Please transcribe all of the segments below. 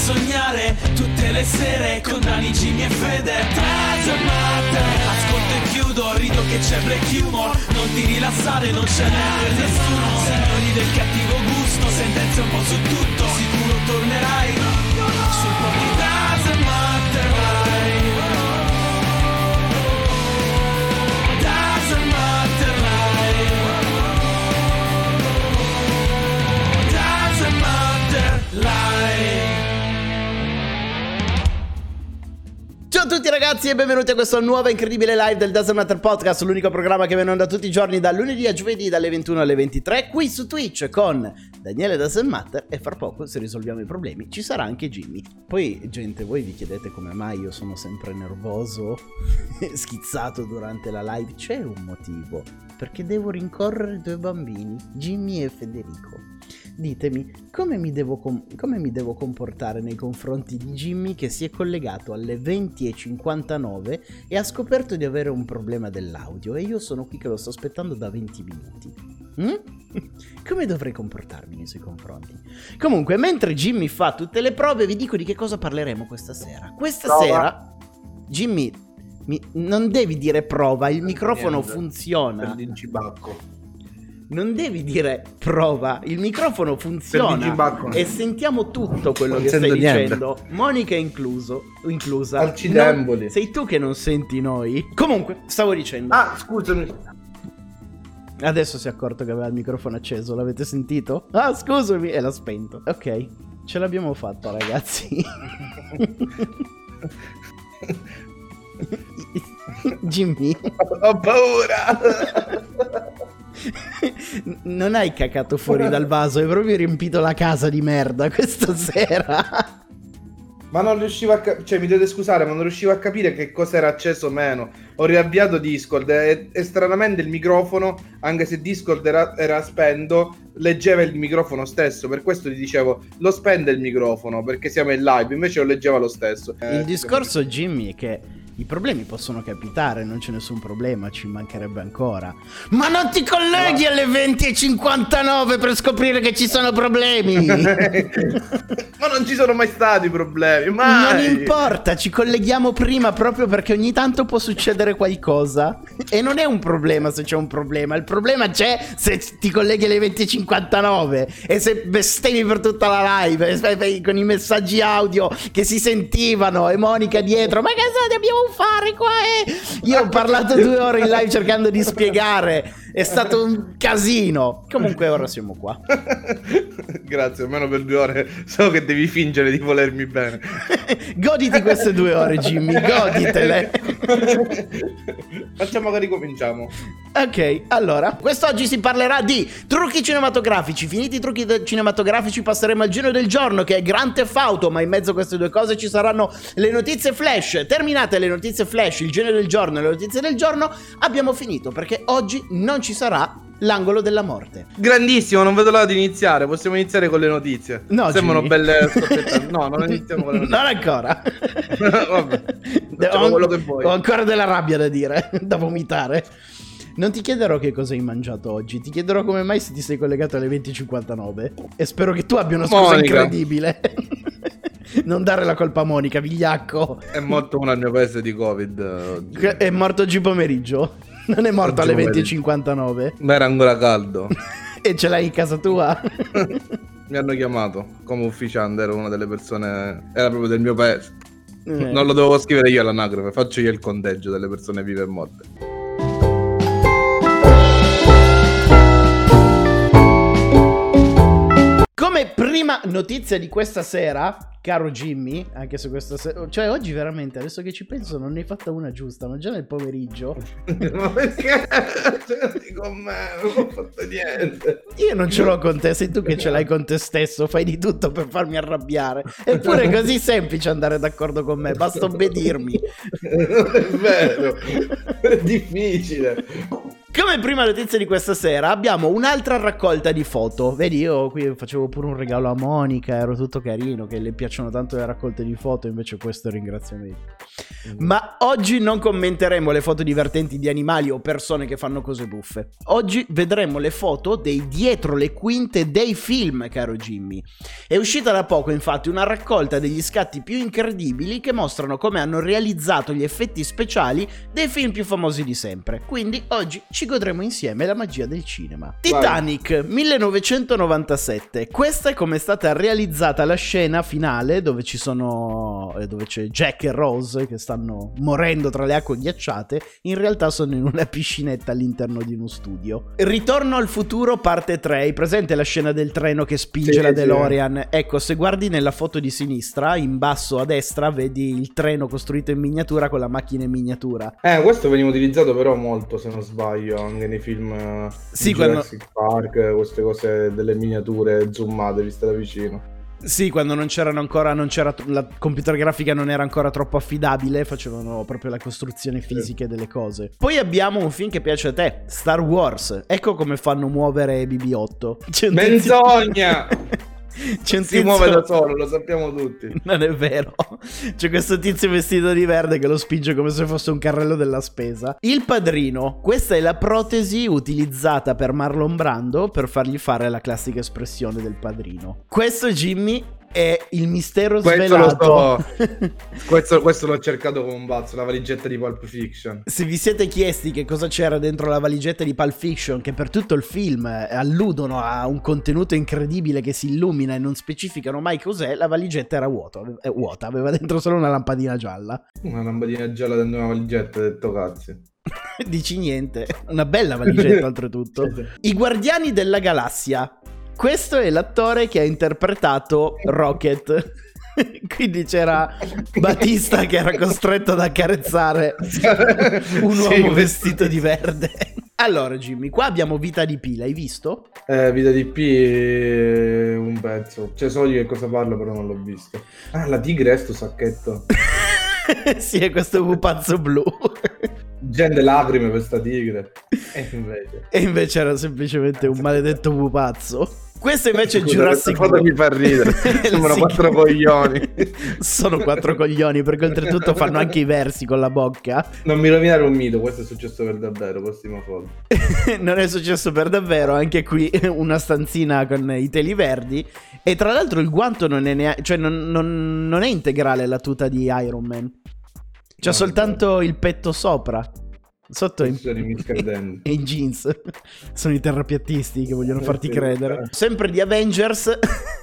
sognare tutte le sere con Dani, Jimmy e Fede. Doesn't matter. Ascolto e chiudo, rido che c'è black humor. Non ti rilassare, non ce n'è per nessuno. Signori del cattivo gusto, sentenze un po' su tutto. Sicuro tornerai sul po' di Doesn't matter, vai. Doesn't matter, vai. Doesn't matter, vai. Ciao a tutti ragazzi e benvenuti a questa nuova incredibile live del Doesn't Matter Podcast, l'unico programma che viene onda tutti i giorni dal lunedì a giovedì dalle 21 alle 23 qui su Twitch con Daniele Doesn't Matter, e fra poco, se risolviamo i problemi, ci sarà anche Jimmy. Poi gente, voi vi chiedete come mai io sono sempre nervoso e schizzato durante la live. C'è un motivo, perché devo rincorrere due bambini, Jimmy e Federico. Ditemi, come mi devo comportare nei confronti di Jimmy che si è collegato alle 20:59 e ha scoperto di avere un problema dell'audio e io sono qui che lo sto aspettando da 20 minuti? Come dovrei comportarmi nei suoi confronti? Comunque, mentre Jimmy fa tutte le prove, vi dico di che cosa parleremo questa sera. Questa sera, Jimmy, non devi dire prova, il microfono funziona. Per l'incibacco. Non devi dire prova, il microfono funziona e sentiamo tutto quello che stai dicendo. Monica inclusa. Accidemboli. Sei tu che non senti noi. Comunque, stavo dicendo. Ah, scusami. Adesso si è accorto che aveva il microfono acceso, l'avete sentito? Ah, scusami, e l'ha spento. Ok, ce l'abbiamo fatta ragazzi. Jimmy, ho paura. Non hai cacato fuori dal vaso, hai proprio riempito la casa di merda questa sera. Ma non riuscivo a cioè mi dovete scusare, ma non riuscivo a capire che cosa era acceso o meno. Ho riavviato Discord e stranamente il microfono, anche se Discord era spento, leggeva il microfono stesso. Per questo ti dicevo, lo spende il microfono perché siamo in live, invece lo leggeva lo stesso. Il discorso, Jimmy, è che i problemi possono capitare, non c'è nessun problema, ci mancherebbe ancora. Ma non ti colleghi alle 20:59 per scoprire che ci sono problemi. Ma non ci sono mai stati problemi, mai. Non importa, ci colleghiamo prima proprio perché ogni tanto può succedere qualcosa. E non è un problema se c'è un problema, il problema c'è se ti colleghi alle 20:59 e se bestemmi per tutta la live con i messaggi audio che si sentivano e Monica dietro. Ma cosa dobbiamo fare qua? Io ho parlato 2 ore in live cercando di spiegare, è stato un casino. Comunque ora siamo qua. Grazie, almeno per 2 ore so che devi fingere di volermi bene. Goditi queste 2 ore, Jimmy, goditele. Facciamo che ricominciamo. Ok, allora, quest'oggi si parlerà di trucchi cinematografici. Finiti i trucchi cinematografici passeremo al giro del giorno, che è Grand Theft Auto, ma in mezzo a queste due cose ci saranno le notizie flash. Terminate le notizie flash, il genere del giorno e le notizie del giorno, abbiamo finito, perché oggi non ci sarà l'angolo della morte. Grandissimo, non vedo l'ora di iniziare. Possiamo iniziare con le notizie. No, sembrano Jimmy. belle. No, non iniziamo con le notizie. Non ancora. Vabbè, facciamo quello che vuoi. Ho ancora della rabbia da dire, da vomitare. Non ti chiederò che cosa hai mangiato oggi, ti chiederò come mai se ti sei collegato alle 20:59 e spero che tu abbia una scusa Monica. incredibile. Non dare la colpa a Monica, vigliacco. È morto uno al mio paese di Covid oggi. È morto oggi pomeriggio. Non è morto Oggi alle pomeriggio. 20:59. Ma era ancora caldo. E ce l'hai in casa tua? Mi hanno chiamato come ufficiante, ero una delle persone, era proprio del mio paese. Non lo dovevo scrivere io all'anagrafe, faccio io il conteggio delle persone vive e morte. Come prima notizia di questa sera, caro Jimmy, anche se questa sera, cioè oggi veramente, adesso che ci penso, non ne hai fatta una giusta, ma già nel pomeriggio. Ma perché? Senti con me, non ho fatto niente. Io non ce l'ho con te, sei tu che ce l'hai con te stesso, fai di tutto per farmi arrabbiare. Eppure è così semplice andare d'accordo con me, basta obbedirmi. Non è vero, è difficile. Come prima notizia di questa sera abbiamo un'altra raccolta di foto. Vedi, io qui facevo pure un regalo a Monica, ero tutto carino, che le piacciono tanto le raccolte di foto, invece questo è il ringraziamento. Ma oggi non commenteremo le foto divertenti di animali o persone che fanno cose buffe. Oggi vedremo le foto dei dietro le quinte dei film, caro Jimmy. È uscita da poco, infatti, una raccolta degli scatti più incredibili che mostrano come hanno realizzato gli effetti speciali dei film più famosi di sempre. Quindi oggi ci godremo insieme la magia del cinema. Titanic 1997. Questa è come è stata realizzata la scena finale dove c'è Jack e Rose che stanno morendo tra le acque ghiacciate. In realtà sono in una piscinetta all'interno di uno studio. Ritorno al futuro parte 3. Hai presente la scena del treno che spinge la DeLorean? Sì. Ecco, se guardi nella foto di sinistra, in basso a destra, vedi il treno costruito in miniatura con la macchina in miniatura. Questo veniva utilizzato però molto, se non sbaglio, anche nei film sì, Jurassic Park, queste cose delle miniature zoomate viste da vicino. Sì, quando non c'era la computer grafica non era ancora troppo affidabile, facevano proprio la costruzione fisica delle cose. Poi abbiamo un film che piace a te, Star Wars. Ecco come fanno muovere BB-8. Menzogna! Si muove da solo, lo sappiamo tutti. Non è vero. C'è questo tizio vestito di verde che lo spinge come se fosse un carrello della spesa. Il Padrino. Questa è la protesi utilizzata per Marlon Brando per fargli fare la classica espressione del padrino. Questo, Jimmy, è il mistero svelato. Questo l'ho cercato con un bazzo, la valigetta di Pulp Fiction. Se vi siete chiesti che cosa c'era dentro la valigetta di Pulp Fiction, che per tutto il film alludono a un contenuto incredibile che si illumina e non specificano mai cos'è, la valigetta era vuota, aveva dentro solo una lampadina gialla. Una lampadina gialla dentro una valigetta, detto cazzi. Dici niente, una bella valigetta oltretutto. I Guardiani della Galassia. Questo è l'attore che ha interpretato Rocket. Quindi c'era Batista che era costretto ad accarezzare un uomo vestito di verde. Allora, Jimmy, qua abbiamo Vita di P, l'hai visto? Vita di P è un pezzo. Cioè, so di che cosa parlo, però non l'ho visto. Ah, la tigre è sto sacchetto. Sì, è questo pupazzo blu. Gente lacrime per sta tigre. E invece era semplicemente un maledetto pupazzo. Questo invece è Jurassic World. Mi fa ridere. Sembrano 4 coglioni. Sono 4 coglioni, perché oltretutto fanno anche i versi con la bocca. Non mi rovinare un mito, questo è successo per davvero, prossima foto. Non è successo per davvero, anche qui una stanzina con i teli verdi. E tra l'altro il guanto non è cioè non è integrale la tuta di Iron Man. C'è soltanto il petto sopra. Sotto e in jeans. Sono i terrapiattisti che vogliono farti credere. Sempre di Avengers.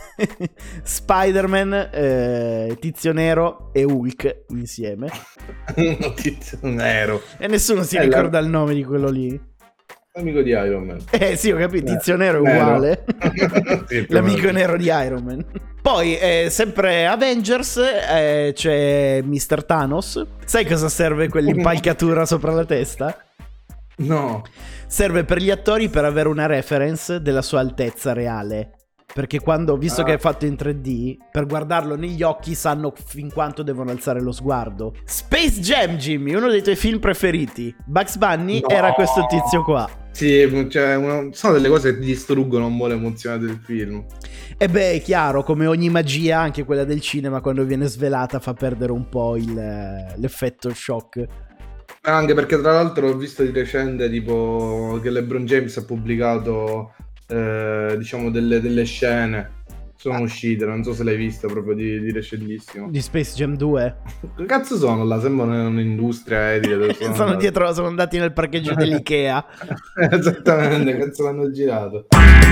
Spider-Man, Tizio Nero e Hulk insieme. Tizio Nero. E nessuno si ricorda il nome di quello lì. L'amico di Iron Man. Sì, ho capito, Tizio Nero è uguale. Sì, l'amico nero di Iron Man. Poi, sempre Avengers, c'è Mr. Thanos. Sai cosa serve quell'impalcatura sopra la testa? No. Serve per gli attori per avere una reference della sua altezza reale. Perché quando, visto che è fatto in 3D, per guardarlo negli occhi sanno fin quanto devono alzare lo sguardo. Space Jam, Jimmy, uno dei tuoi film preferiti. Bugs Bunny era questo tizio qua. Sì, cioè, sono delle cose che distruggono un po' l'emozione del film. E beh, è chiaro, come ogni magia, anche quella del cinema, quando viene svelata fa perdere un po' l'effetto shock. Anche perché tra l'altro ho visto di recente tipo che LeBron James ha pubblicato diciamo delle scene sono uscite, non so se l'hai vista, proprio di recentissimo, di Space Jam 2. Che cazzo sono là? Sembra un'industria edile. Sono dietro, sono andati nel parcheggio dell'Ikea. Esattamente, cazzo l'hanno girato.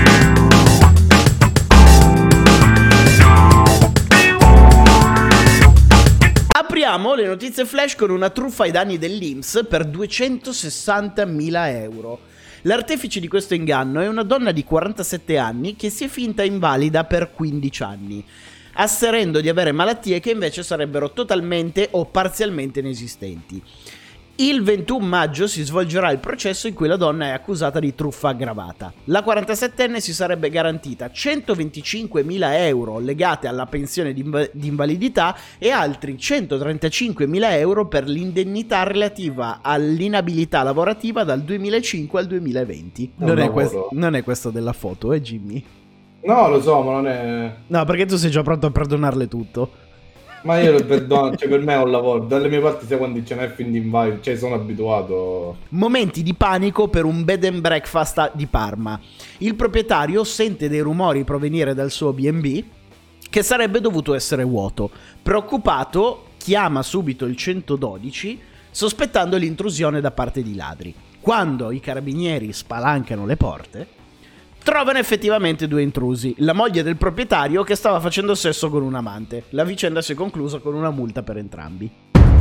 Apriamo le notizie flash con una truffa ai danni dell'INPS per 260.000 euro. L'artefice di questo inganno è una donna di 47 anni che si è finta invalida per 15 anni, asserendo di avere malattie che invece sarebbero totalmente o parzialmente inesistenti. Il 21 maggio si svolgerà il processo in cui la donna è accusata di truffa aggravata. La 47enne si sarebbe garantita 125.000 euro legate alla pensione di invalidità e altri 135.000 euro per l'indennità relativa all'inabilità lavorativa dal 2005 al 2020. Non è questo della foto, Jimmy? No, lo so, ma non è... No, perché tu sei già pronto a perdonarle tutto. Ma io lo perdono, cioè per me è un lavoro. Dalle mie parti sai quando ce n'è fin di invalidi, cioè sono abituato. Momenti di panico per un bed and breakfast di Parma. Il proprietario sente dei rumori provenire dal suo B&B che sarebbe dovuto essere vuoto. Preoccupato, chiama subito il 112 sospettando l'intrusione da parte di ladri. Quando i carabinieri spalancano le porte, trovano effettivamente due intrusi, la moglie del proprietario che stava facendo sesso con un amante. La vicenda si è conclusa con una multa per entrambi.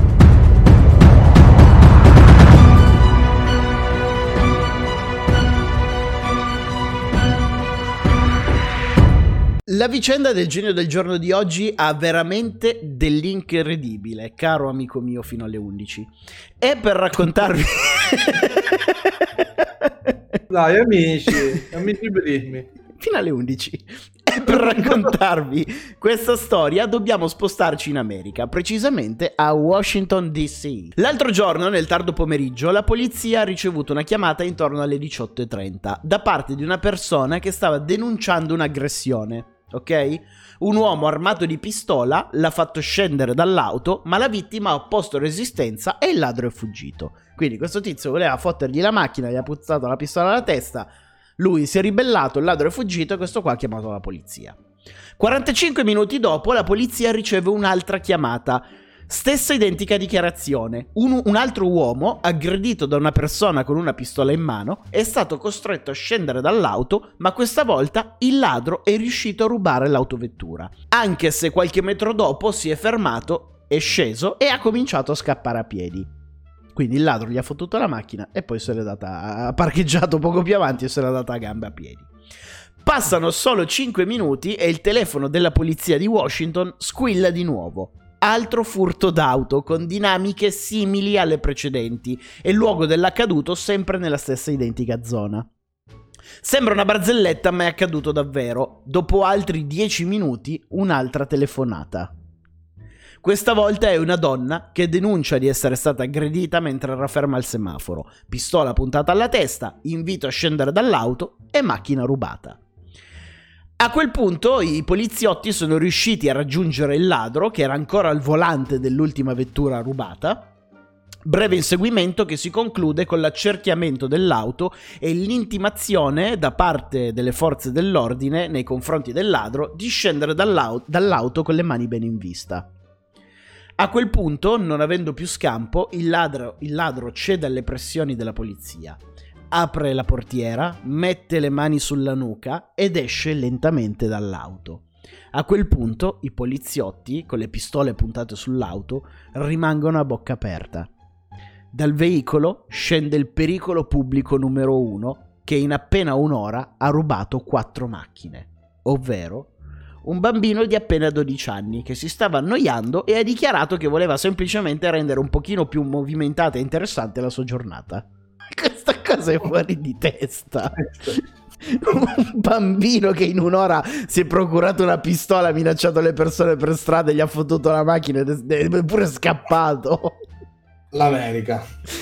La vicenda del genio del giorno di oggi ha veramente dell'incredibile, caro amico mio fino alle 11. E per raccontarvi... Dai, amici bellissimi. Fino alle 11. E per raccontarvi questa storia dobbiamo spostarci in America, precisamente a Washington DC. L'altro giorno, nel tardo pomeriggio, la polizia ha ricevuto una chiamata intorno alle 18:30 da parte di una persona che stava denunciando un'aggressione. Ok? Un uomo armato di pistola l'ha fatto scendere dall'auto, ma la vittima ha opposto resistenza e il ladro è fuggito. Quindi questo tizio voleva fottergli la macchina, gli ha puzzato la pistola alla testa, lui si è ribellato, il ladro è fuggito e questo qua ha chiamato la polizia. 45 minuti dopo la polizia riceve un'altra chiamata. Stessa identica dichiarazione. Un altro uomo, aggredito da una persona con una pistola in mano, è stato costretto a scendere dall'auto, ma questa volta il ladro è riuscito a rubare l'autovettura. Anche se qualche metro dopo si è fermato, è sceso e ha cominciato a scappare a piedi. Quindi il ladro gli ha fottuto la macchina e poi se l'è data, ha parcheggiato poco più avanti e se l'è data a gambe a piedi. Passano solo 5 minuti e il telefono della polizia di Washington squilla di nuovo. Altro furto d'auto con dinamiche simili alle precedenti e luogo dell'accaduto sempre nella stessa identica zona. Sembra una barzelletta, ma è accaduto davvero. Dopo altri 10 minuti, un'altra telefonata. Questa volta è una donna che denuncia di essere stata aggredita mentre era ferma al semaforo. Pistola puntata alla testa, invito a scendere dall'auto e macchina rubata. A quel punto i poliziotti sono riusciti a raggiungere il ladro, che era ancora al volante dell'ultima vettura rubata. Breve inseguimento che si conclude con l'accerchiamento dell'auto e l'intimazione da parte delle forze dell'ordine nei confronti del ladro di scendere dall'auto con le mani bene in vista. A quel punto, non avendo più scampo, il ladro cede alle pressioni della polizia. Apre la portiera, mette le mani sulla nuca ed esce lentamente dall'auto. A quel punto i poliziotti, con le pistole puntate sull'auto, rimangono a bocca aperta. Dal veicolo scende il pericolo pubblico numero 1 che in appena un'ora ha rubato 4 macchine, ovvero un bambino di appena 12 anni che si stava annoiando e ha dichiarato che voleva semplicemente rendere un pochino più movimentata e interessante la sua giornata. Questa cosa è fuori di testa. Un bambino che in un'ora si è procurato una pistola, ha minacciato le persone per strada e gli ha fottuto la macchina ed è pure scappato. L'America.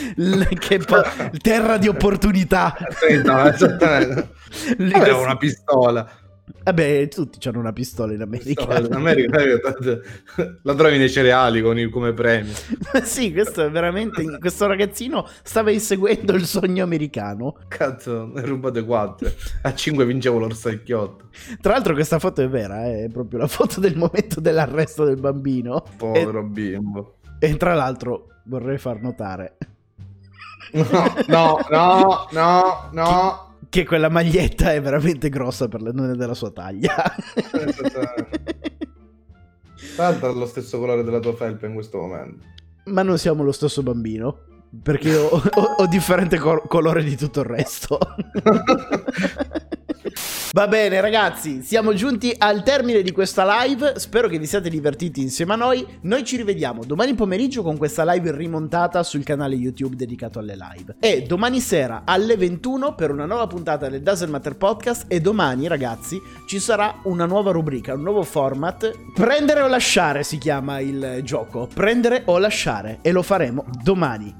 Terra di opportunità. No, esattamente. Aveva una pistola. Vabbè, tutti hanno una pistola in America. In America la trovi nei cereali come premio. Sì, questo è veramente. Questo ragazzino stava inseguendo il sogno americano. Cazzo, ne rubate 4. A 5 vincevo l'orsacchiotto. Tra l'altro, questa foto è vera, è proprio la foto del momento dell'arresto del bambino. Povero bimbo. E tra l'altro, vorrei far notare. No. Che quella maglietta è veramente grossa per le donne della sua taglia. Tanto ha lo stesso colore della tua felpa in questo momento. Ma non siamo lo stesso bambino, perché ho differente colore di tutto il resto. Va bene ragazzi, siamo giunti al termine di questa live, spero che vi siate divertiti insieme a noi. Noi ci rivediamo domani pomeriggio con questa live rimontata sul canale YouTube dedicato alle live, e domani sera alle 21 per una nuova puntata del Doesn't Matter Podcast. E domani ragazzi ci sarà una nuova rubrica, un nuovo format, prendere o lasciare si chiama il gioco, prendere o lasciare, e lo faremo domani.